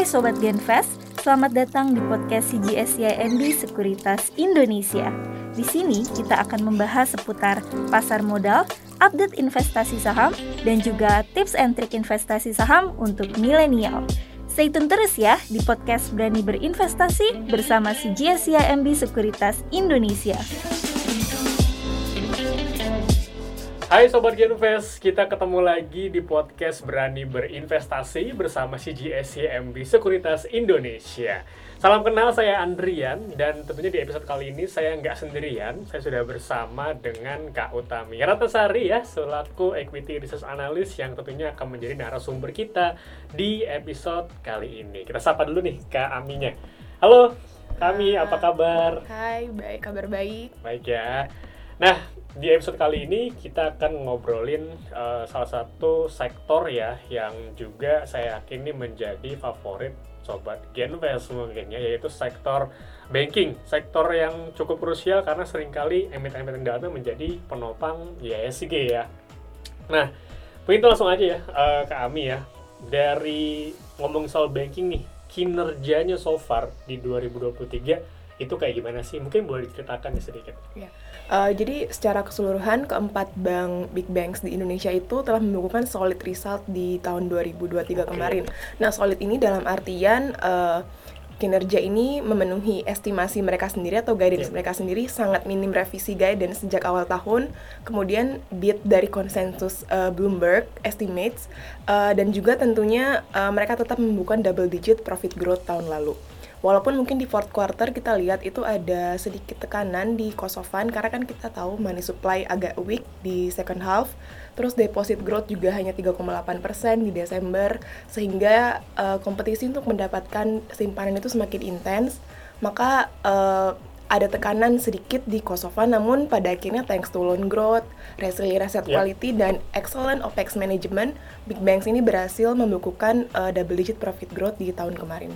Hai Sobat Genvest, selamat datang di podcast CGSCIMB Sekuritas Indonesia. Di sini kita akan membahas seputar pasar modal, update investasi saham, dan juga tips and trik investasi saham untuk milenial. Stay tune terus ya di podcast Berani Berinvestasi bersama CGSCIMB Sekuritas Indonesia. Hai Sobat Genvest, kita ketemu lagi di podcast Berani Berinvestasi bersama CGSCIMB Sekuritas Indonesia. Salam kenal, saya Andrian, dan tentunya di episode kali ini saya nggak sendirian. Saya sudah bersama dengan Kak Utami Ratnasari ya, selaku Equity Research Analyst yang tentunya akan menjadi narasumber kita di episode kali ini. Kita sapa dulu nih Kak Aminya. Halo Kak Ami, apa kabar? Hai, baik, kabar baik. Baik ya. Nah, di episode kali ini kita akan ngobrolin salah satu sektor ya yang juga saya yakin ini menjadi favorit Sobat Genvest mungkin ya, yaitu sektor banking. Sektor yang cukup krusial karena seringkali emiten-emiten dana menjadi penopang ISG ya. Nah, mungkin langsung aja ya Kak Ami ya. Dari ngomong soal banking nih, kinerjanya so far di 2023 itu kayak gimana sih? Mungkin boleh diceritakan ya sedikit. Ya. Jadi secara keseluruhan keempat bank big banks di Indonesia itu telah membukukan solid result di tahun 2023 kemarin. Nah, solid ini dalam artian kinerja ini memenuhi estimasi mereka sendiri atau guidance mereka sendiri, sangat minim revisi guidance sejak awal tahun, kemudian beat dari konsensus Bloomberg estimates, dan juga tentunya mereka tetap membukukan double digit profit growth tahun lalu. Walaupun mungkin di fourth quarter kita lihat itu ada sedikit tekanan di cost of fund karena kan kita tahu money supply agak weak di second half. Terus deposit growth juga hanya 3,8% di Desember, sehingga kompetisi untuk mendapatkan simpanan itu semakin intens. Maka ada tekanan sedikit di cost of fund, namun pada akhirnya thanks to loan growth, resilient asset quality, dan excellent OPEX management, big banks ini berhasil membukukan double digit profit growth di tahun kemarin.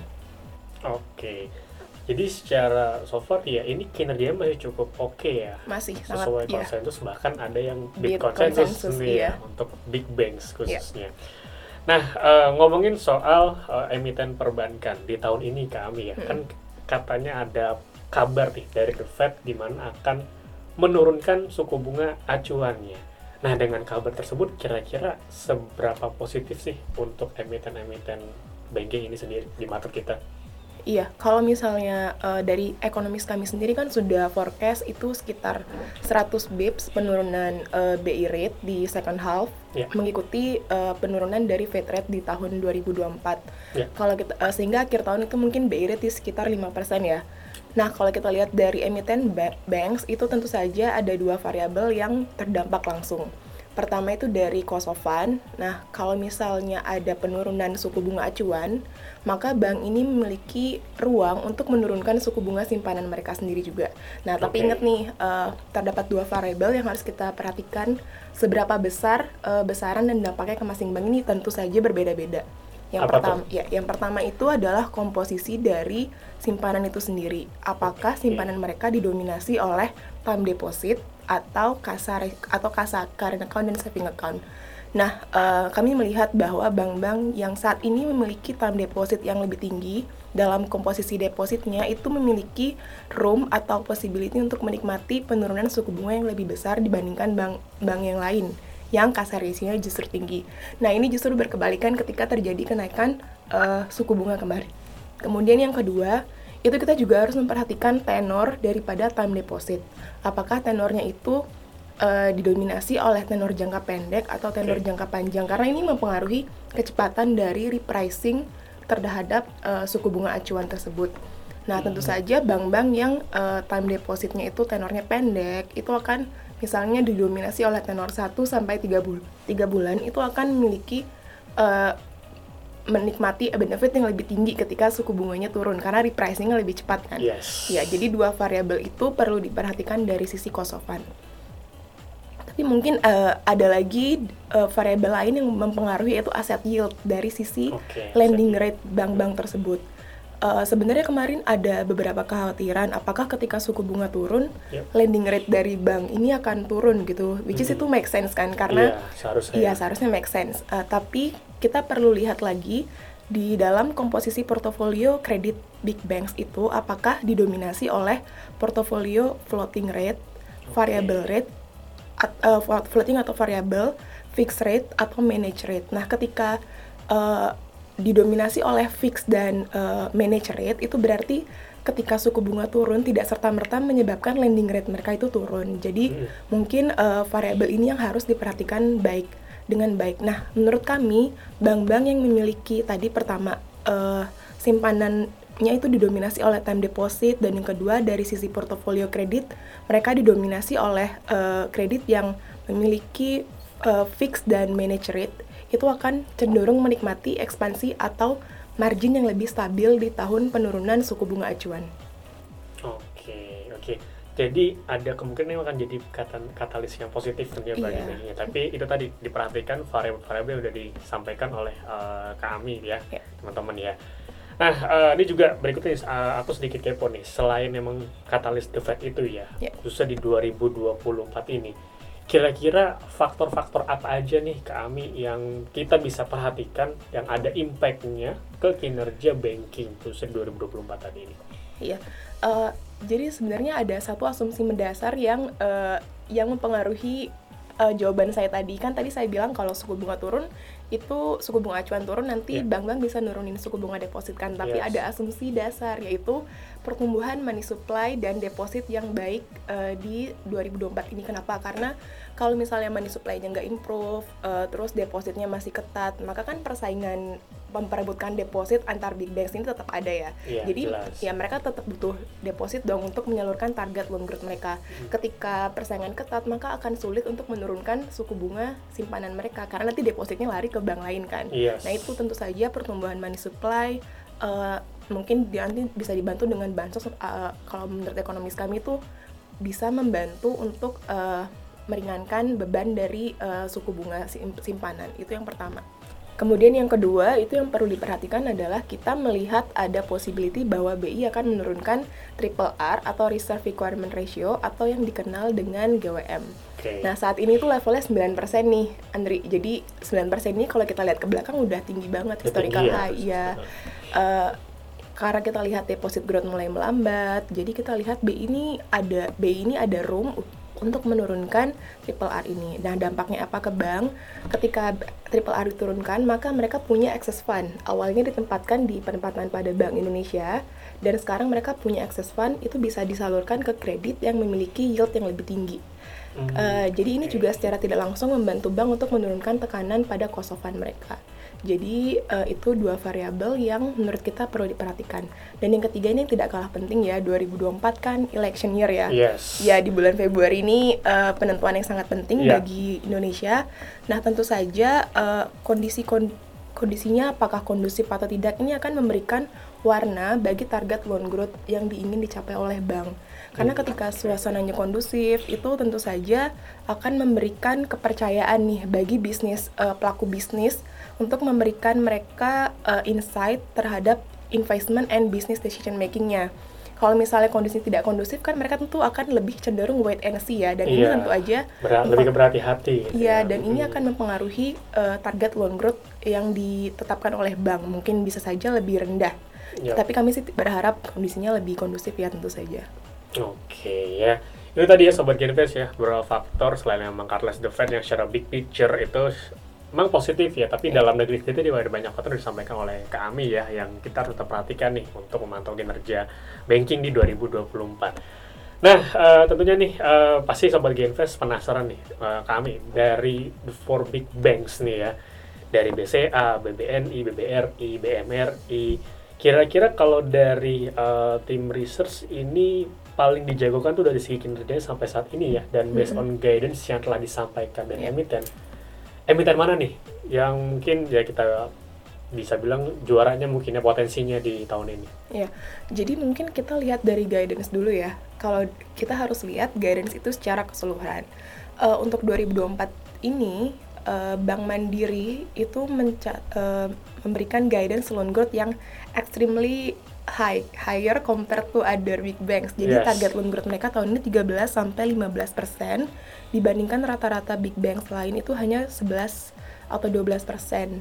Oke, jadi secara so far ya ini kinerjanya masih cukup oke ya. Masih sesuai sangat, konsensus, bahkan ada yang beat Beat konsensus nih ya untuk big banks khususnya. Nah, ngomongin soal emiten perbankan di tahun ini kami ya, kan katanya ada kabar nih dari The Fed di mana akan menurunkan suku bunga acuannya. Nah, dengan kabar tersebut kira-kira seberapa positif sih untuk emiten-emiten banking ini sendiri di market kita? Iya, kalau misalnya dari ekonomis kami sendiri kan sudah forecast itu sekitar 100 bips penurunan BI rate di second half, mengikuti penurunan dari Fed rate di tahun 2024. Kalau kita sehingga akhir tahun itu mungkin BI rate di sekitar 5% ya. Nah, kalau kita lihat dari emiten banks itu tentu saja ada dua variabel yang terdampak langsung. Pertama itu dari cost of fund. Nah, kalau misalnya ada penurunan suku bunga acuan, maka bank ini memiliki ruang untuk menurunkan suku bunga simpanan mereka sendiri juga. Nah, tapi ingat nih, terdapat dua variabel yang harus kita perhatikan. Seberapa besar besaran dan dampaknya ke masing bank ini tentu saja berbeda-beda. Yang pertama itu adalah komposisi dari simpanan itu sendiri. Apakah simpanan mereka didominasi oleh time deposit atau kasa current account dan saving account. Nah, kami melihat bahwa bank-bank yang saat ini memiliki time deposit yang lebih tinggi dalam komposisi depositnya itu memiliki room atau possibility untuk menikmati penurunan suku bunga yang lebih besar dibandingkan bank yang lain yang kasa ratio-nya justru tinggi. Nah, ini justru berkebalikan ketika terjadi kenaikan suku bunga kemarin. Kemudian yang kedua, itu kita juga harus memperhatikan tenor daripada time deposit. Apakah tenornya itu didominasi oleh tenor jangka pendek atau tenor jangka panjang, karena ini mempengaruhi kecepatan dari repricing terhadap suku bunga acuan tersebut. Nah, tentu saja bank-bank yang time depositnya itu tenornya pendek, itu akan misalnya didominasi oleh tenor 1 sampai 3 bulan, itu akan memiliki menikmati benefit yang lebih tinggi ketika suku bunganya turun karena repricing-nya lebih cepat kan. Ya, jadi dua variabel itu perlu diperhatikan dari sisi cost of fund. Tapi mungkin ada lagi variabel lain yang mempengaruhi, yaitu asset yield dari sisi lending rate bank-bank tersebut. Sebenarnya kemarin ada beberapa kekhawatiran apakah ketika suku bunga turun, lending rate dari bank ini akan turun gitu, which is itu make sense kan, karena seharusnya make sense. Tapi kita perlu lihat lagi di dalam komposisi portofolio kredit big banks itu apakah didominasi oleh portofolio floating rate, variable rate, floating atau variable, fixed rate atau managed rate. Nah, ketika didominasi oleh fixed dan managed rate, itu berarti ketika suku bunga turun tidak serta-merta menyebabkan lending rate mereka itu turun. Jadi mungkin variabel ini yang harus diperhatikan dengan baik. Nah, menurut kami bank-bank yang memiliki tadi pertama simpanannya itu didominasi oleh time deposit, dan yang kedua dari sisi portofolio kredit mereka didominasi oleh kredit yang memiliki fixed dan managed rate, itu akan cenderung menikmati ekspansi atau margin yang lebih stabil di tahun penurunan suku bunga acuan. Oke. Jadi ada kemungkinan yang akan jadi katalis yang positif tentunya bagi banknya. Tapi itu tadi diperhatikan variabel yang sudah disampaikan oleh kami ya, teman-teman ya. Nah, ini juga berikutnya aku sedikit kepo nih. Selain memang katalis The Fed itu ya, khususnya di 2024 ini, kira-kira faktor-faktor apa aja nih kami yang kita bisa perhatikan yang ada impact-nya ke kinerja banking khususnya 2024 tadi ini? Iya, jadi sebenarnya ada satu asumsi mendasar yang mempengaruhi jawaban saya tadi. Kan tadi saya bilang kalau suku bunga turun, itu suku bunga acuan turun, nanti bank-bank bisa nurunin suku bunga deposit kan. Tapi ada asumsi dasar, yaitu pertumbuhan money supply dan deposit yang baik di 2024 ini. Kenapa? Karena kalau misalnya money supply-nya nggak improve, terus depositnya masih ketat, maka kan persaingan memperebutkan deposit antar big banks ini tetap ada ya. Jadi jelas. Ya mereka tetap butuh deposit dong untuk menyalurkan target loan growth mereka. Ketika persaingan ketat, maka akan sulit untuk menurunkan suku bunga simpanan mereka karena nanti depositnya lari ke bank lain kan. Nah itu tentu saja pertumbuhan money supply mungkin nanti bisa dibantu dengan bansos. Kalau menurut ekonomis kami itu bisa membantu untuk meringankan beban dari suku bunga simpanan. Itu yang pertama. Kemudian yang kedua, itu yang perlu diperhatikan adalah kita melihat ada possibility bahwa BI akan menurunkan triple R atau Reserve Requirement Ratio atau yang dikenal dengan GWM. Nah, saat ini tuh levelnya 9% nih, Andri. Jadi 9% ini kalau kita lihat ke belakang udah tinggi banget, historical high. Ya. Karena kita lihat deposit growth mulai melambat, jadi kita lihat BI ini ada room untuk menurunkan triple R ini. Nah, dampaknya apa ke bank? Ketika triple R diturunkan, maka mereka punya excess fund. Awalnya ditempatkan di penempatan pada Bank Indonesia, dan sekarang mereka punya excess fund, itu bisa disalurkan ke kredit yang memiliki yield yang lebih tinggi. Jadi ini juga secara tidak langsung membantu bank untuk menurunkan tekanan pada cost of fund mereka. Jadi itu dua variabel yang menurut kita perlu diperhatikan. Dan yang ketiga ini yang tidak kalah penting ya, 2024 kan election year ya. Ya di bulan Februari ini penentuan yang sangat penting bagi Indonesia. Nah tentu saja kondisinya apakah kondusif atau tidak ini akan memberikan warna bagi target loan growth yang ingin dicapai oleh bank. Karena ketika suasananya kondusif, itu tentu saja akan memberikan kepercayaan nih bagi pelaku bisnis untuk memberikan mereka insight terhadap investment and business decision making-nya. Kalau misalnya kondisi tidak kondusif kan mereka tentu akan lebih cenderung wait and see ya, dan ini tentu aja lebih berhati-hati. Dan ini akan mempengaruhi target loan growth yang ditetapkan oleh bank, mungkin bisa saja lebih rendah. Tapi kami sih berharap kondisinya lebih kondusif ya tentu saja. Oke ya, itu tadi ya Sobat Genvest ya, beberapa faktor selain memang Catalyst The Fed yang secara big picture itu memang positif ya, tapi dalam negeri kita juga ada banyak faktor yang disampaikan oleh kami ya, yang kita harus tetap perhatikan nih untuk memantau kinerja banking di 2024. Nah, tentunya nih pasti Sobat Genvest penasaran nih kami dari the four big banks nih ya, dari BCA, BBNI, BBRI, BMRI. Kira-kira kalau dari tim research ini paling dijagokan tuh dari segi kinerjanya sampai saat ini ya, dan based on guidance yang telah disampaikan dari emiten mana nih yang mungkin ya kita bisa bilang juaranya mungkin ya potensinya di tahun ini? Ya, jadi mungkin kita lihat dari guidance dulu ya. Kalau kita harus lihat guidance itu secara keseluruhan. Untuk 2024 ini Bank Mandiri itu memberikan guidance loan growth yang extremely higher compared to other big banks. Jadi target loan growth mereka tahun ini 13-15% dibandingkan rata-rata big banks lain itu hanya 11 atau 12%.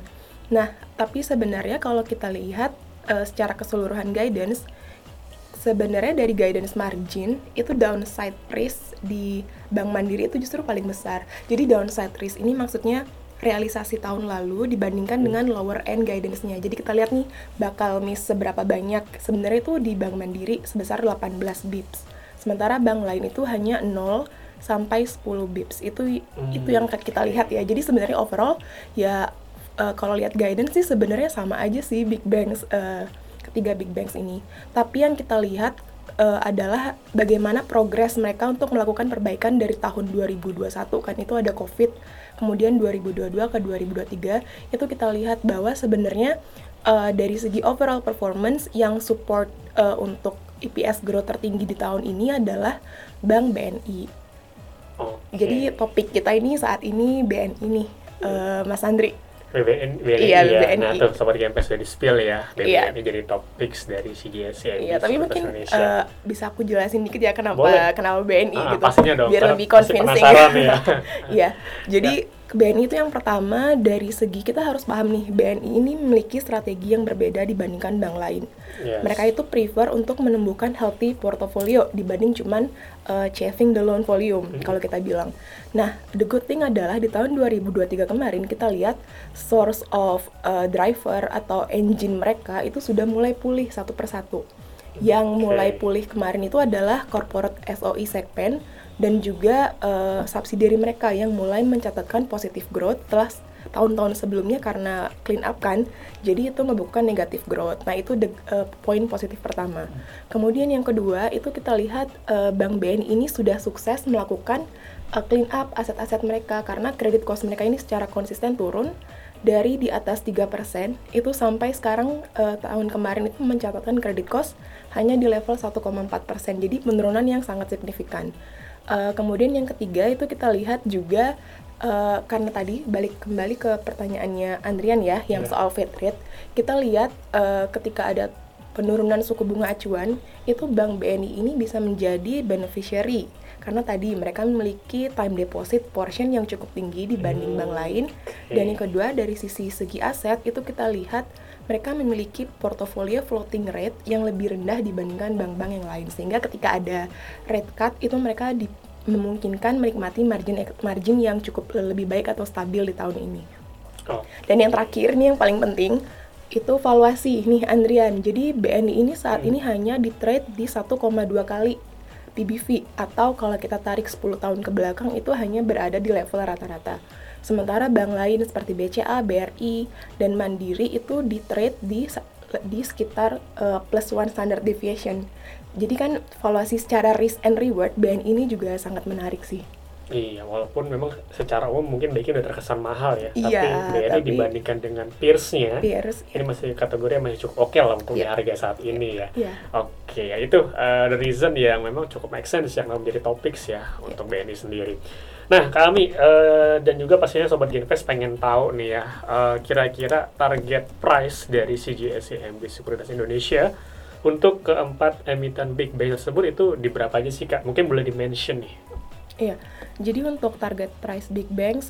Nah, tapi sebenarnya kalau kita lihat secara keseluruhan guidance, sebenarnya dari guidance margin itu downside risk di Bank Mandiri itu justru paling besar. Jadi downside risk ini maksudnya realisasi tahun lalu dibandingkan dengan lower end guidance-nya. Jadi kita lihat nih bakal miss seberapa banyak. Sebenarnya itu di Bank Mandiri sebesar 18 bips. Sementara bank lain itu hanya 0 sampai 10 bips. Itu yang kita lihat ya. Jadi sebenarnya overall ya kalau lihat guidance sih sebenarnya sama aja sih big banks, ketiga big banks ini. Tapi yang kita lihat adalah bagaimana progres mereka untuk melakukan perbaikan dari tahun 2021 kan itu ada COVID, kemudian 2022 ke 2023 itu kita lihat bahwa sebenarnya dari segi overall performance yang support untuk EPS growth tertinggi di tahun ini adalah Bank BNI. Jadi topik kita ini saat ini BNI nih, Mas Andri. BNI iya, ya. BNI. Nah tuh Sobat GMPS udah di-spill ya, BNI jadi top picks dari CGS ya. Iya, tapi mungkin bisa aku jelasin dikit ya kenapa BNI gitu. Pastinya dong, biar lebih convincing. Ya. Iya, jadi BNI itu yang pertama dari segi kita harus paham nih, BNI ini memiliki strategi yang berbeda dibandingkan bank lain. Yes. Mereka itu prefer untuk menumbuhkan healthy portfolio dibanding cuman chasing the loan volume kalau kita bilang. Nah, the good thing adalah di tahun 2023 kemarin kita lihat source of driver atau engine mereka itu sudah mulai pulih satu persatu. Yang mulai pulih kemarin itu adalah corporate SOE segment dan juga subsidiary mereka yang mulai mencatatkan positive growth setelah tahun-tahun sebelumnya karena clean up kan, jadi itu membukukan negative growth. Nah itu poin positif pertama. Kemudian yang kedua itu kita lihat Bank BNI ini sudah sukses melakukan clean up aset-aset mereka karena credit cost mereka ini secara konsisten turun dari di atas 3% itu sampai sekarang tahun kemarin itu mencatatkan credit cost hanya di level 1,4%. Jadi penurunan yang sangat signifikan. Kemudian yang ketiga itu kita lihat juga karena tadi balik kembali ke pertanyaannya Andrian ya yang soal Fed rate, kita lihat ketika ada penurunan suku bunga acuan itu Bank BNI ini bisa menjadi beneficiary karena tadi mereka memiliki time deposit portion yang cukup tinggi dibanding bank lain. Dan yang kedua dari segi aset itu kita lihat mereka memiliki portofolio floating rate yang lebih rendah dibandingkan bank-bank yang lain, sehingga ketika ada rate cut itu mereka memungkinkan menikmati margin yang cukup lebih baik atau stabil di tahun ini. Dan yang terakhir nih yang paling penting itu valuasi nih Andrian. Jadi BNI ini saat ini hanya di trade di 1,2 kali PBV atau kalau kita tarik 10 tahun ke belakang itu hanya berada di level rata-rata. Sementara bank lain seperti BCA, BRI, dan Mandiri itu di trade di sekitar plus one standard deviation. Jadi kan valuasi secara risk and reward BNI ini juga sangat menarik sih. Iya, walaupun memang secara umum mungkin BNI udah terkesan mahal ya, iya, tapi BNI dibandingkan dengan peers-nya, ini masih kategori yang masih cukup oke lah untuk di harga saat ini ya. Oke, ya itu the reason yang memang cukup make sense yang menjadi topics ya untuk BNI sendiri. Nah, kami dan juga pastinya Sobat Ginvest pengen tahu nih ya, kira-kira target price dari CGS-CIMB Sekuritas Indonesia untuk keempat emiten big bank tersebut itu di berapa aja sih Kak? Mungkin boleh di-mention nih. Iya, jadi untuk target price big banks,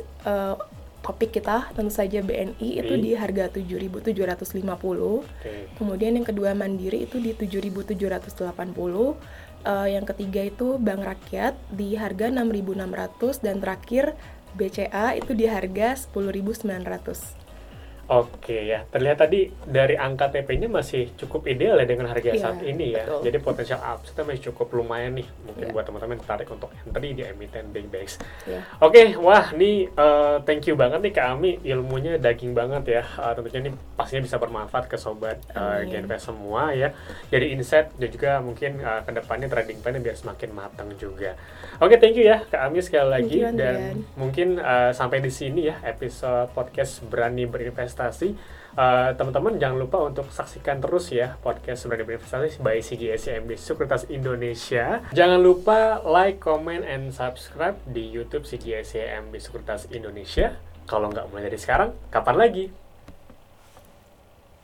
topik kita tentu saja BNI itu di harga 7.750. Kemudian yang kedua Mandiri itu di 7.780. Yang ketiga itu Bank Rakyat di harga 6.600 dan terakhir BCA itu di harga 10.900. Oke ya, terlihat tadi dari angka TP-nya masih cukup ideal ya dengan harga saat ini ya. Betul. Jadi potensial upside masih cukup lumayan nih. Mungkin buat teman-teman tertarik untuk entry di emiten big banks. Oke, wah nih thank you banget nih Kak Ami, ilmunya daging banget ya. Tentunya ini pastinya bisa bermanfaat ke Sobat Ginvest semua ya. Jadi insight dan juga mungkin ke depannya trading plan-nya biar semakin matang juga. Oke, thank you ya Kak Ami sekali lagi. Dan mungkin sampai di sini ya episode podcast Berani Berinvestasi. Teman-teman jangan lupa untuk saksikan terus ya podcast Berani Berinvestasi by CGS-CIMB Sekuritas Indonesia. Jangan lupa like, comment, and subscribe di YouTube CGS-CIMB Sekuritas Indonesia. Kalau nggak mulai dari sekarang, kapan lagi?